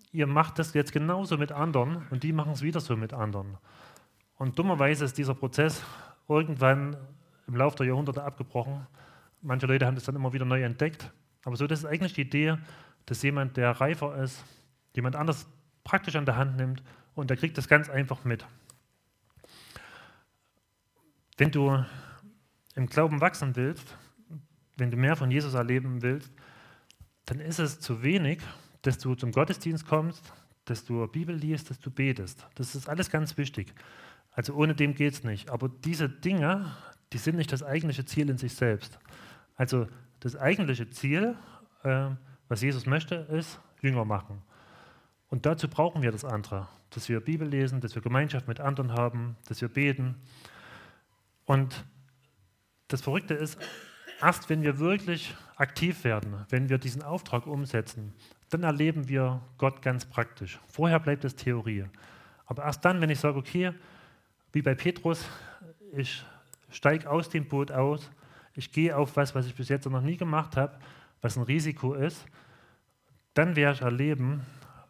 ihr macht das jetzt genauso mit anderen und die machen es wieder so mit anderen. Und dummerweise ist dieser Prozess irgendwann im Laufe der Jahrhunderte abgebrochen. Manche Leute haben das dann immer wieder neu entdeckt. Aber so, das ist eigentlich die Idee, dass jemand, der reifer ist, jemand anders praktisch an der Hand nimmt und der kriegt das ganz einfach mit. Wenn du im Glauben wachsen willst, wenn du mehr von Jesus erleben willst, dann ist es zu wenig, dass du zum Gottesdienst kommst, dass du Bibel liest, dass du betest. Das ist alles ganz wichtig. Also ohne dem geht es nicht. Aber diese Dinge, die sind nicht das eigentliche Ziel in sich selbst. Also das eigentliche Ziel, äh, was Jesus möchte, ist Jünger machen. Und dazu brauchen wir das andere, dass wir Bibel lesen, dass wir Gemeinschaft mit anderen haben, dass wir beten. Und das Verrückte ist, erst wenn wir wirklich aktiv werden, wenn wir diesen Auftrag umsetzen, dann erleben wir Gott ganz praktisch. Vorher bleibt es Theorie. Aber erst dann, wenn ich sage, okay, wie bei Petrus, ich steige aus dem Boot aus, ich gehe auf was, was ich bis jetzt noch nie gemacht habe, was ein Risiko ist, dann werde ich erleben,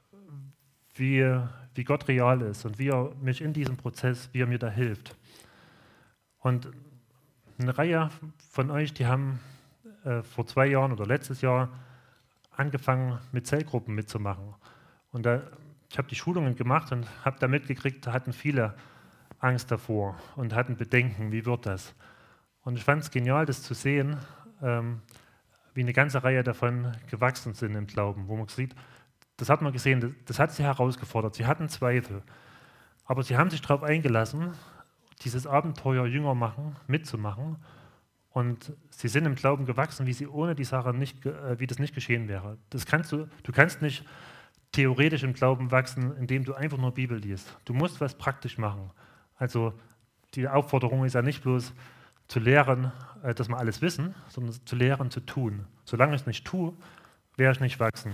wie, wie Gott real ist und wie er mich in diesem Prozess, wie er mir da hilft. Und eine Reihe von euch, die haben äh, vor zwei Jahren oder letztes Jahr angefangen, mit Zellgruppen mitzumachen. Und da, ich habe die Schulungen gemacht und habe da mitgekriegt, da hatten viele Angst davor und hatten Bedenken, wie wird das? Und ich fand es genial, das zu sehen, ähm, wie eine ganze Reihe davon gewachsen sind im Glauben, wo man sieht, das hat man gesehen, das, das hat sie herausgefordert, sie hatten Zweifel, aber sie haben sich darauf eingelassen, dieses Abenteuer Jünger machen, mitzumachen, und sie sind im Glauben gewachsen, wie sie ohne die Sache nicht, äh, wie das nicht geschehen wäre. Das kannst du, du kannst nicht theoretisch im Glauben wachsen, indem du einfach nur Bibel liest. Du musst was praktisch machen. Also die Aufforderung ist ja nicht bloß zu lehren, äh, dass wir alles wissen, sondern zu lehren, zu tun. Solange ich es nicht tue, werde ich nicht wachsen.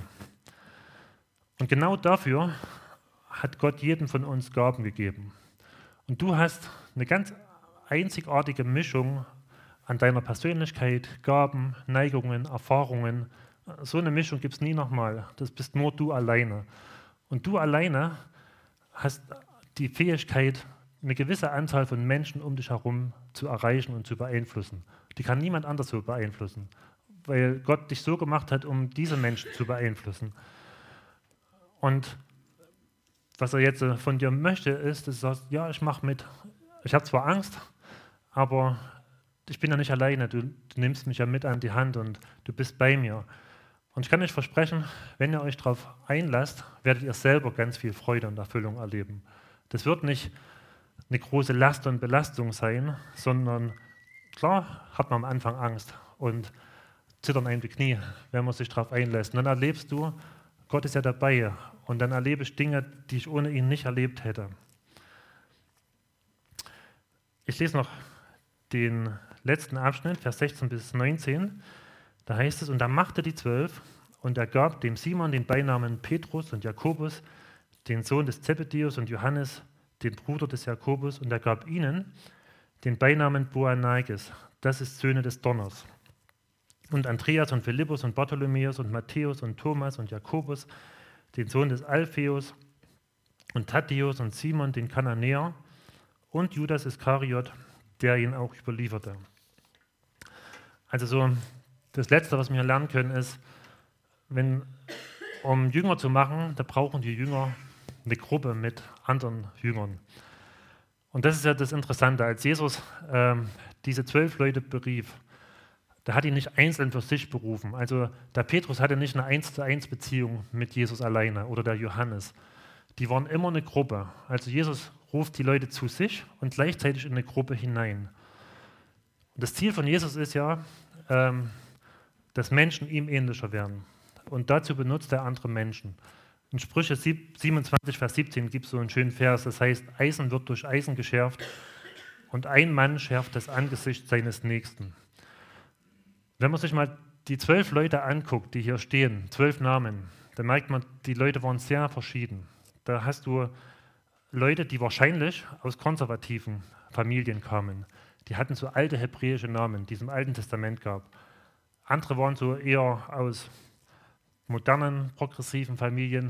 Und genau dafür hat Gott jedem von uns Gaben gegeben. Und du hast eine ganz einzigartige Mischung an deiner Persönlichkeit, Gaben, Neigungen, Erfahrungen. So eine Mischung gibt es nie nochmal. Das bist nur du alleine. Und du alleine hast die Fähigkeit, eine gewisse Anzahl von Menschen um dich herum zu erreichen und zu beeinflussen. Die kann niemand anders so beeinflussen, weil Gott dich so gemacht hat, um diese Menschen zu beeinflussen. Und was er jetzt von dir möchte, ist, dass du sagst, ja, ich mache mit. Ich habe zwar Angst, aber ich bin ja nicht alleine. Du, du nimmst mich ja mit an die Hand und du bist bei mir. Und ich kann euch versprechen, wenn ihr euch darauf einlasst, werdet ihr selber ganz viel Freude und Erfüllung erleben. Das wird nicht eine große Last und Belastung sein, sondern klar hat man am Anfang Angst und zittern einem die Knie, wenn man sich darauf einlässt. Und dann erlebst du, Gott ist ja dabei, und dann erlebe ich Dinge, die ich ohne ihn nicht erlebt hätte. Ich lese noch den letzten Abschnitt, Vers sechzehn bis neunzehn. Da heißt es, und er machte die Zwölf, und er gab dem Simon den Beinamen Petrus und Jakobus, den Sohn des Zebedeus, und Johannes, den Bruder des Jakobus, und er gab ihnen den Beinamen Boanerges, das ist Söhne des Donners. Und Andreas und Philippus und Bartholomäus und Matthäus und Thomas und Jakobus, den Sohn des Alpheus, und Thaddäus und Simon, den Kananäer, und Judas Iskariot, der ihn auch überlieferte. Also so, das Letzte, was wir lernen können, ist, wenn, um Jünger zu machen, da brauchen die Jünger eine Gruppe mit anderen Jüngern. Und das ist ja das Interessante, als Jesus ähm, diese zwölf Leute berief, da hat ihn nicht einzeln für sich berufen. Also der Petrus hatte nicht eine eins zu eins Beziehung mit Jesus alleine oder der Johannes. Die waren immer eine Gruppe. Also Jesus ruft die Leute zu sich und gleichzeitig in eine Gruppe hinein. Und das Ziel von Jesus ist ja, ähm, dass Menschen ihm ähnlicher werden. Und dazu benutzt er andere Menschen. In Sprüche siebenundzwanzig, Vers siebzehn gibt es so einen schönen Vers, das heißt, Eisen wird durch Eisen geschärft und ein Mann schärft das Angesicht seines Nächsten. Wenn man sich mal die zwölf Leute anguckt, die hier stehen, zwölf Namen, dann merkt man, die Leute waren sehr verschieden. Da hast du Leute, die wahrscheinlich aus konservativen Familien kamen. Die hatten so alte hebräische Namen, die es im Alten Testament gab. Andere waren so eher aus modernen, progressiven Familien,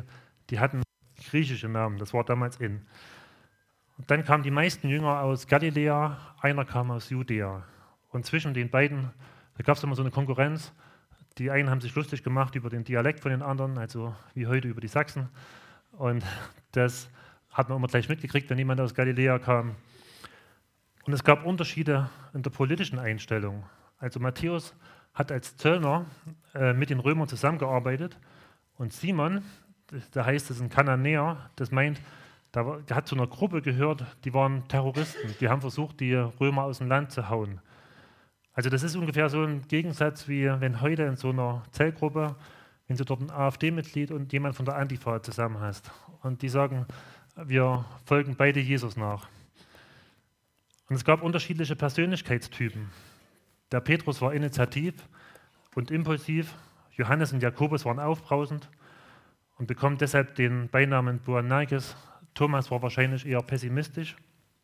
die hatten griechische Namen, das war damals in. Und dann kamen die meisten Jünger aus Galiläa, einer kam aus Judäa. Und zwischen den beiden, da gab es immer so eine Konkurrenz. Die einen haben sich lustig gemacht über den Dialekt von den anderen, also wie heute über die Sachsen. Und das hat man immer gleich mitgekriegt, wenn jemand aus Galiläa kam. Und es gab Unterschiede in der politischen Einstellung. Also Matthäus hat als Zöllner äh, mit den Römern zusammengearbeitet und Simon, da heißt es ein Kananäer, das meint, da war, der hat zu einer Gruppe gehört, die waren Terroristen, die haben versucht, die Römer aus dem Land zu hauen. Also das ist ungefähr so ein Gegensatz, wie wenn heute in so einer Zellgruppe, wenn du dort ein AfD-Mitglied und jemand von der Antifa zusammen hast und die sagen, wir folgen beide Jesus nach. Und es gab unterschiedliche Persönlichkeitstypen. Der Petrus war initiativ und impulsiv, Johannes und Jakobus waren aufbrausend und bekommen deshalb den Beinamen Boanerges. Thomas war wahrscheinlich eher pessimistisch.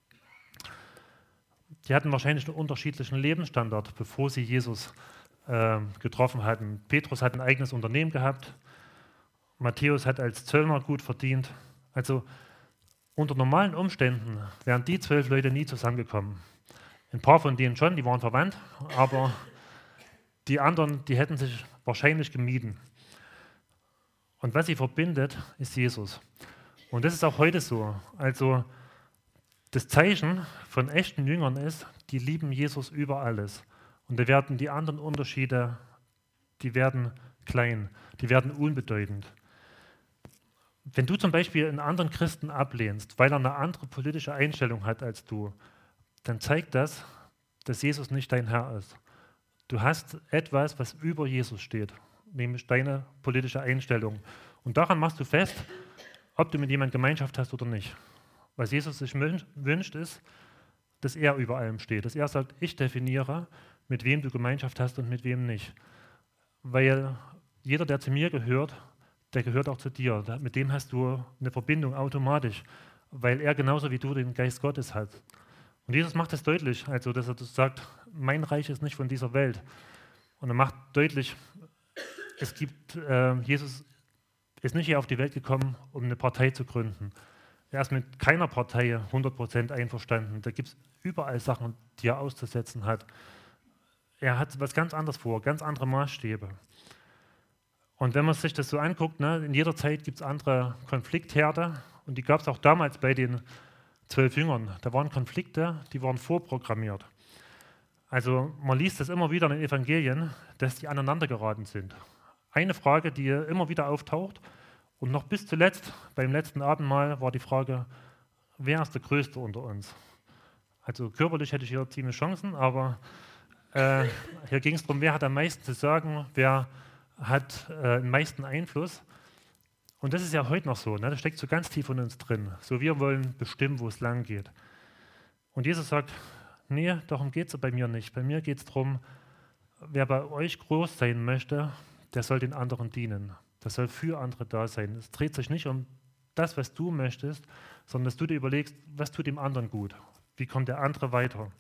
Die hatten wahrscheinlich einen unterschiedlichen Lebensstandard, bevor sie Jesus äh, getroffen hatten. Petrus hat ein eigenes Unternehmen gehabt, Matthäus hat als Zöllner gut verdient. Also unter normalen Umständen wären die zwölf Leute nie zusammengekommen. Ein paar von denen schon, die waren verwandt, aber die anderen, die hätten sich wahrscheinlich gemieden. Und was sie verbindet, ist Jesus. Und das ist auch heute so. Also das Zeichen von echten Jüngern ist, die lieben Jesus über alles. Und da werden die anderen Unterschiede, die werden klein, die werden unbedeutend. Wenn du zum Beispiel einen anderen Christen ablehnst, weil er eine andere politische Einstellung hat als du, dann zeigt das, dass Jesus nicht dein Herr ist. Du hast etwas, was über Jesus steht, nämlich deine politische Einstellung. Und daran machst du fest, ob du mit jemandem Gemeinschaft hast oder nicht. Was Jesus sich wünscht, ist, dass er über allem steht. Dass er sagt, ich definiere, mit wem du Gemeinschaft hast und mit wem nicht. Weil jeder, der zu mir gehört, der gehört auch zu dir. Mit dem hast du eine Verbindung automatisch, weil er genauso wie du den Geist Gottes hat. Und Jesus macht das deutlich, also dass er das sagt, mein Reich ist nicht von dieser Welt. Und er macht deutlich, es gibt, äh, Jesus ist nicht hier auf die Welt gekommen, um eine Partei zu gründen. Er ist mit keiner Partei hundert Prozent einverstanden. Da gibt es überall Sachen, die er auszusetzen hat. Er hat was ganz anderes vor, ganz andere Maßstäbe. Und wenn man sich das so anguckt, ne, in jeder Zeit gibt es andere Konfliktherde und die gab es auch damals bei den zwölf Jüngern. Da waren Konflikte, die waren vorprogrammiert. Also man liest das immer wieder in den Evangelien, dass die aneinander geraten sind. Eine Frage, die immer wieder auftaucht und noch bis zuletzt, beim letzten Abendmahl, war die Frage, wer ist der Größte unter uns? Also körperlich hätte ich hier ziemlich Chancen, aber äh, hier ging es darum, wer hat am meisten zu sagen, wer hat äh, den meisten Einfluss. Und das ist ja heute noch so, ne? Das steckt so ganz tief in uns drin. So, wir wollen bestimmen, wo es lang geht. Und Jesus sagt, nee, darum geht es bei mir nicht. Bei mir geht es darum, wer bei euch groß sein möchte, der soll den anderen dienen. Das soll für andere da sein. Es dreht sich nicht um das, was du möchtest, sondern dass du dir überlegst, was tut dem anderen gut? Wie kommt der andere weiter?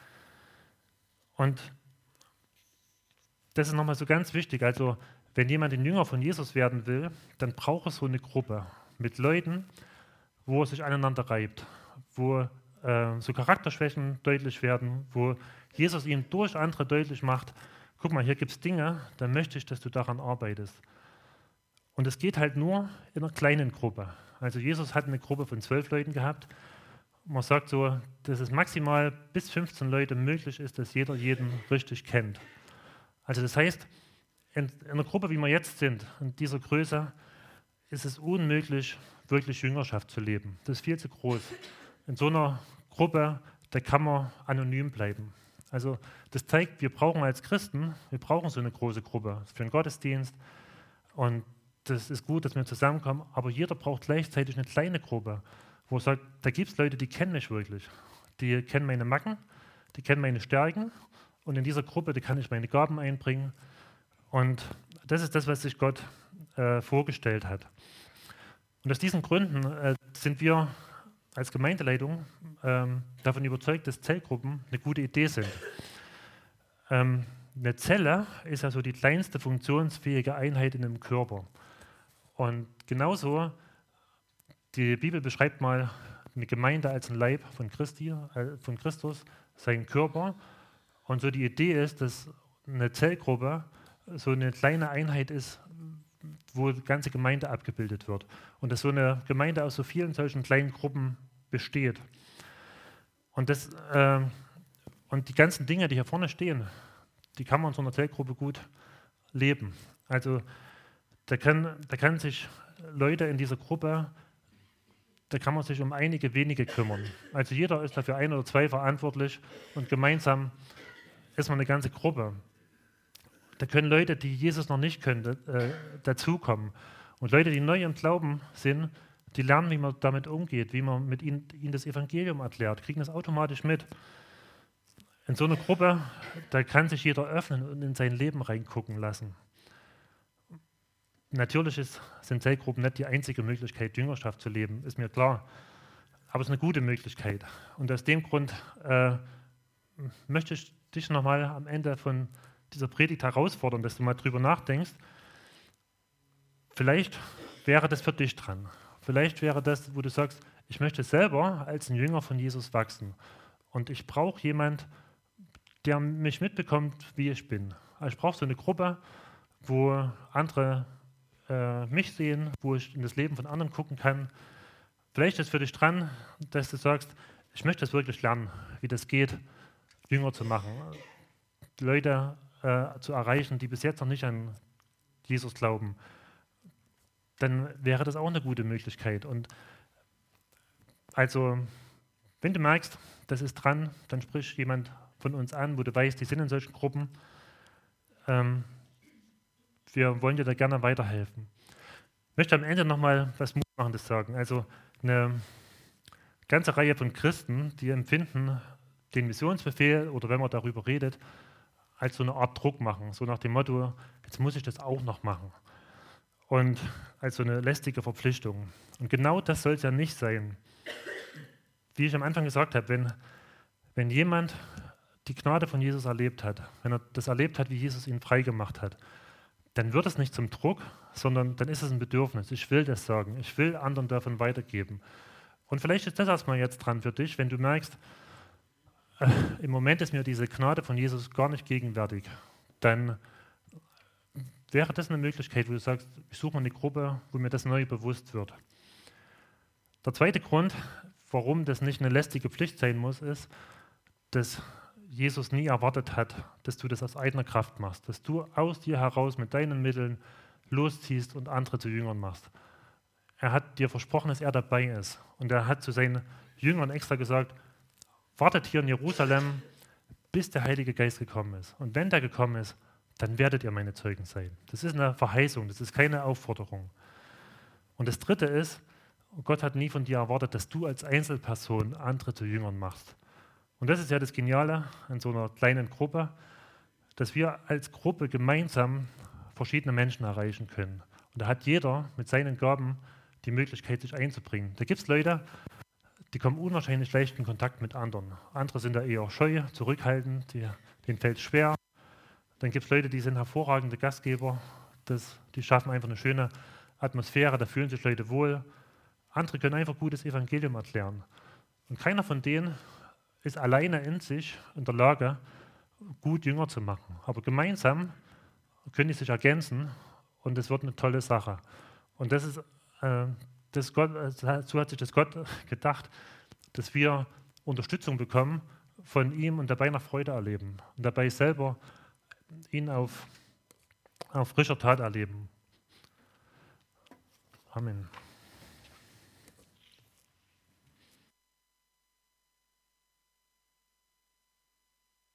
Und das ist nochmal so ganz wichtig. Also, wenn jemand ein Jünger von Jesus werden will, dann braucht es so eine Gruppe mit Leuten, wo er sich aneinander reibt, wo äh, so Charakterschwächen deutlich werden, wo Jesus ihm durch andere deutlich macht, guck mal, hier gibt es Dinge, da möchte ich, dass du daran arbeitest. Und es geht halt nur in einer kleinen Gruppe. Also Jesus hat eine Gruppe von zwölf Leuten gehabt. Man sagt so, dass es maximal bis fünfzehn Leute möglich ist, dass jeder jeden richtig kennt. Also das heißt, in, in einer Gruppe, wie wir jetzt sind, in dieser Größe, ist es unmöglich, wirklich Jüngerschaft zu leben. Das ist viel zu groß. In so einer Gruppe, da kann man anonym bleiben. Also das zeigt, wir brauchen als Christen, wir brauchen so eine große Gruppe für einen Gottesdienst. Und das ist gut, dass wir zusammenkommen, aber jeder braucht gleichzeitig eine kleine Gruppe, wo er sagt, da gibt es Leute, die kennen mich wirklich. Die kennen meine Macken, die kennen meine Stärken und in dieser Gruppe, die kann ich meine Gaben einbringen. Und das ist das, was sich Gott äh, vorgestellt hat. Und aus diesen Gründen äh, sind wir als Gemeindeleitung ähm, davon überzeugt, dass Zellgruppen eine gute Idee sind. Ähm, eine Zelle ist also die kleinste funktionsfähige Einheit in einem Körper. Und genauso Die Bibel beschreibt mal eine Gemeinde als ein Leib von Christi, äh, von Christus, sein Körper. Und so die Idee ist, dass eine Zellgruppe so eine kleine Einheit ist, wo die ganze Gemeinde abgebildet wird. Und dass so eine Gemeinde aus so vielen solchen kleinen Gruppen besteht. Und, das, äh, und die ganzen Dinge, die hier vorne stehen, die kann man in so einer Zellgruppe gut leben. Also da kann, da kann sich Leute in dieser Gruppe, da kann man sich um einige wenige kümmern. Also jeder ist dafür ein oder zwei verantwortlich und gemeinsam ist man eine ganze Gruppe. Da können Leute, die Jesus noch nicht können, äh, dazukommen. Und Leute, die neu im Glauben sind, die lernen, wie man damit umgeht, wie man mit ihnen, ihnen das Evangelium erklärt, kriegen das automatisch mit. In so einer Gruppe, da kann sich jeder öffnen und in sein Leben reingucken lassen. Natürlich ist, sind Zellgruppen nicht die einzige Möglichkeit, Jüngerschaft zu leben, ist mir klar. Aber es ist eine gute Möglichkeit. Und aus dem Grund äh, möchte ich dich nochmal am Ende von dieser Predigt herausfordern, dass du mal drüber nachdenkst. Vielleicht wäre das für dich dran. Vielleicht wäre das, wo du sagst, ich möchte selber als ein Jünger von Jesus wachsen. Und ich brauche jemanden, der mich mitbekommt, wie ich bin. Also ich brauche so eine Gruppe, wo andere äh, mich sehen, wo ich in das Leben von anderen gucken kann. Vielleicht ist es für dich dran, dass du sagst, ich möchte das wirklich lernen, wie das geht, Jünger zu machen. Leute äh, zu erreichen, die bis jetzt noch nicht an Jesus glauben. Dann wäre das auch eine gute Möglichkeit. Und also, wenn du merkst, das ist dran, dann sprich jemand von uns an, wo du weißt, die sind in solchen Gruppen. Ähm, wir wollen dir da gerne weiterhelfen. Ich möchte am Ende nochmal was Mutmachendes sagen. Also eine ganze Reihe von Christen, die empfinden den Missionsbefehl oder wenn man darüber redet, als so eine Art Druck machen. So nach dem Motto, jetzt muss ich das auch noch machen. Und als so eine lästige Verpflichtung. Und genau das soll es ja nicht sein. Wie ich am Anfang gesagt habe, wenn, wenn jemand die Gnade von Jesus erlebt hat, wenn er das erlebt hat, wie Jesus ihn frei gemacht hat, dann wird es nicht zum Druck, sondern dann ist es ein Bedürfnis. Ich will das sagen, ich will anderen davon weitergeben. Und vielleicht ist das erstmal jetzt dran für dich, wenn du merkst, äh, im Moment ist mir diese Gnade von Jesus gar nicht gegenwärtig, dann wäre das eine Möglichkeit, wo du sagst, ich suche mal eine Gruppe, wo mir das neu bewusst wird. Der zweite Grund, warum das nicht eine lästige Pflicht sein muss, ist, dass Jesus nie erwartet hat, dass du das aus eigener Kraft machst, dass du aus dir heraus mit deinen Mitteln losziehst und andere zu Jüngern machst. Er hat dir versprochen, dass er dabei ist. Und er hat zu seinen Jüngern extra gesagt, wartet hier in Jerusalem, bis der Heilige Geist gekommen ist. Und wenn der gekommen ist, dann werdet ihr meine Zeugen sein. Das ist eine Verheißung, das ist keine Aufforderung. Und das Dritte ist, Gott hat nie von dir erwartet, dass du als Einzelperson andere zu Jüngern machst. Und das ist ja das Geniale an so einer kleinen Gruppe, dass wir als Gruppe gemeinsam verschiedene Menschen erreichen können. Und da hat jeder mit seinen Gaben die Möglichkeit, sich einzubringen. Da gibt es Leute, die kommen unwahrscheinlich leicht in Kontakt mit anderen. Andere sind da eher scheu, zurückhaltend, die, denen fällt es schwer. Dann gibt es Leute, die sind hervorragende Gastgeber, das, die schaffen einfach eine schöne Atmosphäre, da fühlen sich Leute wohl. Andere können einfach gutes Evangelium erklären. Und keiner von denen ist alleine in sich in der Lage, gut Jünger zu machen. Aber gemeinsam können die sich ergänzen und es wird eine tolle Sache. Und das ist, äh, das Gott, äh, so hat sich das Gott gedacht, dass wir Unterstützung bekommen von ihm und dabei noch Freude erleben und dabei selber ihn auf, auf frischer Tat erleben. Amen.